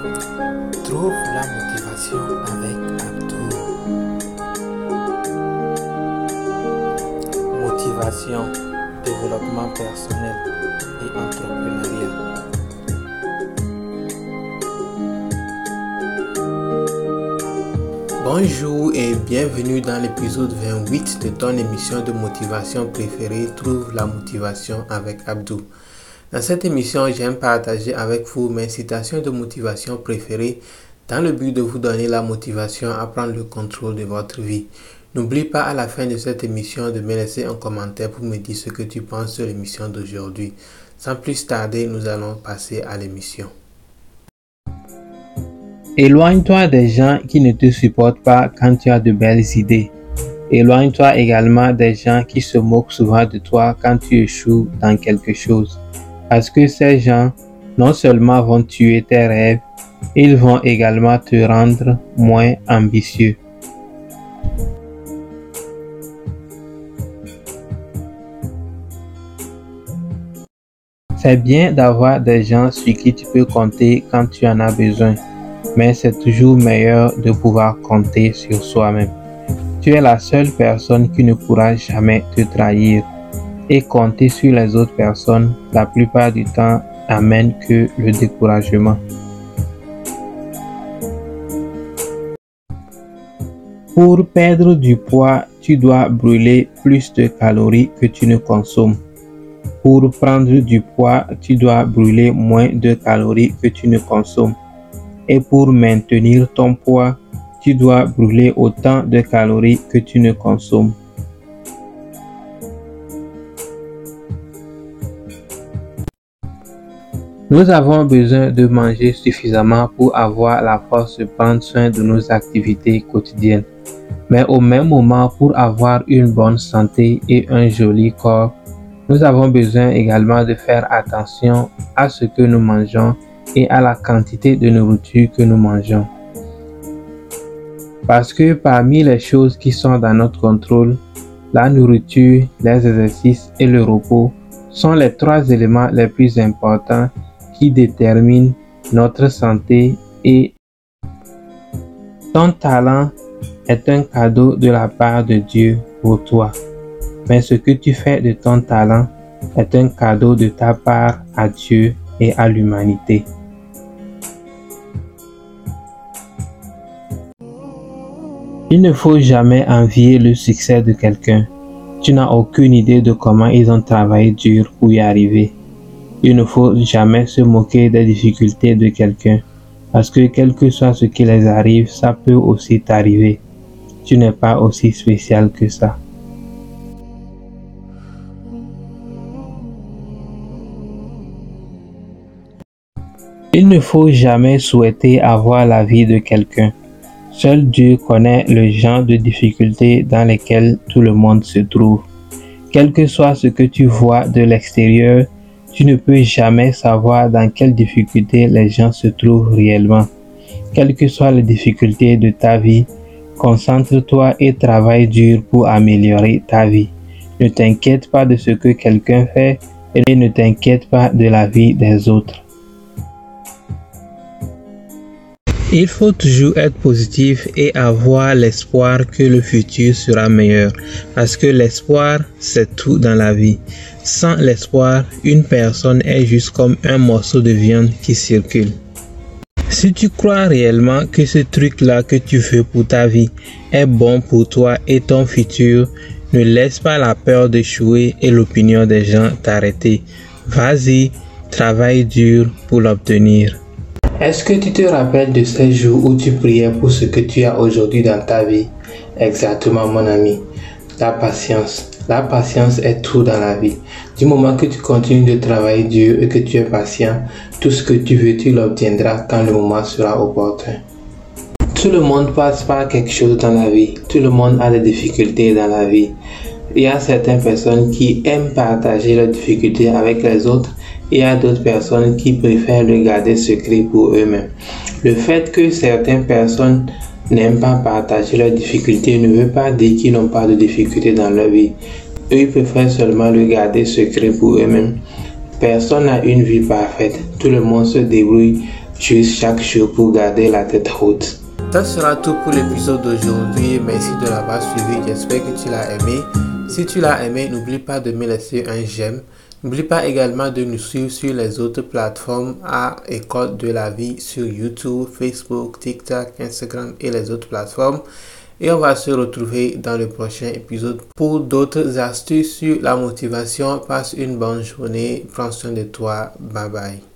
Trouve la motivation avec Abdou. Motivation, développement personnel et entrepreneuriat. Bonjour et bienvenue dans l'épisode 28 de ton émission de motivation préférée, Trouve la motivation avec Abdou. Dans cette émission, j'aime partager avec vous mes citations de motivation préférées dans le but de vous donner la motivation à prendre le contrôle de votre vie. N'oublie pas à la fin de cette émission de me laisser un commentaire pour me dire ce que tu penses sur l'émission d'aujourd'hui. Sans plus tarder, nous allons passer à l'émission. Éloigne-toi des gens qui ne te supportent pas quand tu as de belles idées. Éloigne-toi également des gens qui se moquent souvent de toi quand tu échoues dans quelque chose. Parce que ces gens, non seulement vont tuer tes rêves, ils vont également te rendre moins ambitieux. C'est bien d'avoir des gens sur qui tu peux compter quand tu en as besoin, mais c'est toujours meilleur de pouvoir compter sur soi-même. Tu es la seule personne qui ne pourra jamais te trahir. Et compter sur les autres personnes, la plupart du temps, amène que le découragement. Pour perdre du poids, tu dois brûler plus de calories que tu ne consommes. Pour prendre du poids, tu dois brûler moins de calories que tu ne consommes. Et pour maintenir ton poids, tu dois brûler autant de calories que tu ne consommes. Nous avons besoin de manger suffisamment pour avoir la force de prendre soin de nos activités quotidiennes. Mais au même moment, pour avoir une bonne santé et un joli corps, nous avons besoin également de faire attention à ce que nous mangeons et à la quantité de nourriture que nous mangeons. Parce que parmi les choses qui sont dans notre contrôle, la nourriture, les exercices et le repos sont les trois éléments les plus importants qui déterminent notre santé et ton talent est un cadeau de la part de Dieu pour toi. Mais ce que tu fais de ton talent est un cadeau de ta part à Dieu et à l'humanité. Il ne faut jamais envier le succès de quelqu'un. Tu n'as aucune idée de comment ils ont travaillé dur pour y arriver. Il ne faut jamais se moquer des difficultés de quelqu'un, parce que quel que soit ce qui les arrive, ça peut aussi t'arriver. Tu n'es pas aussi spécial que ça. Il ne faut jamais souhaiter avoir la vie de quelqu'un. Seul Dieu connaît le genre de difficultés dans lesquelles tout le monde se trouve. Quel que soit ce que tu vois de l'extérieur, tu ne peux jamais savoir dans quelles difficultés les gens se trouvent réellement. Quelles que soient les difficultés de ta vie, concentre-toi et travaille dur pour améliorer ta vie. Ne t'inquiète pas de ce que quelqu'un fait et ne t'inquiète pas de la vie des autres. Il faut toujours être positif et avoir l'espoir que le futur sera meilleur, parce que l'espoir, c'est tout dans la vie. Sans l'espoir, une personne est juste comme un morceau de viande qui circule. Si tu crois réellement que ce truc-là que tu veux pour ta vie est bon pour toi et ton futur, ne laisse pas la peur d'échouer et l'opinion des gens t'arrêter. Vas-y, travaille dur pour l'obtenir. Est-ce que tu te rappelles de ces jours où tu priais pour ce que tu as aujourd'hui dans ta vie? Exactement, mon ami. La patience. La patience est tout dans la vie. Du moment que tu continues de travailler dur et que tu es patient, tout ce que tu veux, tu l'obtiendras quand le moment sera opportun. Tout le monde passe par quelque chose dans la vie. Tout le monde a des difficultés dans la vie. Il y a certaines personnes qui aiment partager leurs difficultés avec les autres. Et il y a d'autres personnes qui préfèrent le garder secret pour eux-mêmes. Le fait que certaines personnes n'aiment pas partager leurs difficultés ne veut pas dire qu'ils n'ont pas de difficultés dans leur vie. Eux, ils préfèrent seulement le garder secret pour eux-mêmes. Personne n'a une vie parfaite. Tout le monde se débrouille juste chaque jour pour garder la tête haute. Ça sera tout pour l'épisode d'aujourd'hui. Merci de l'avoir suivi. J'espère que tu l'as aimé. Si tu l'as aimé, n'oublie pas de me laisser un j'aime. N'oublie pas également de nous suivre sur les autres plateformes à École de la vie sur YouTube, Facebook, TikTok, Instagram et les autres plateformes. Et on va se retrouver dans le prochain épisode pour d'autres astuces sur la motivation. Passe une bonne journée. Prends soin de toi. Bye bye.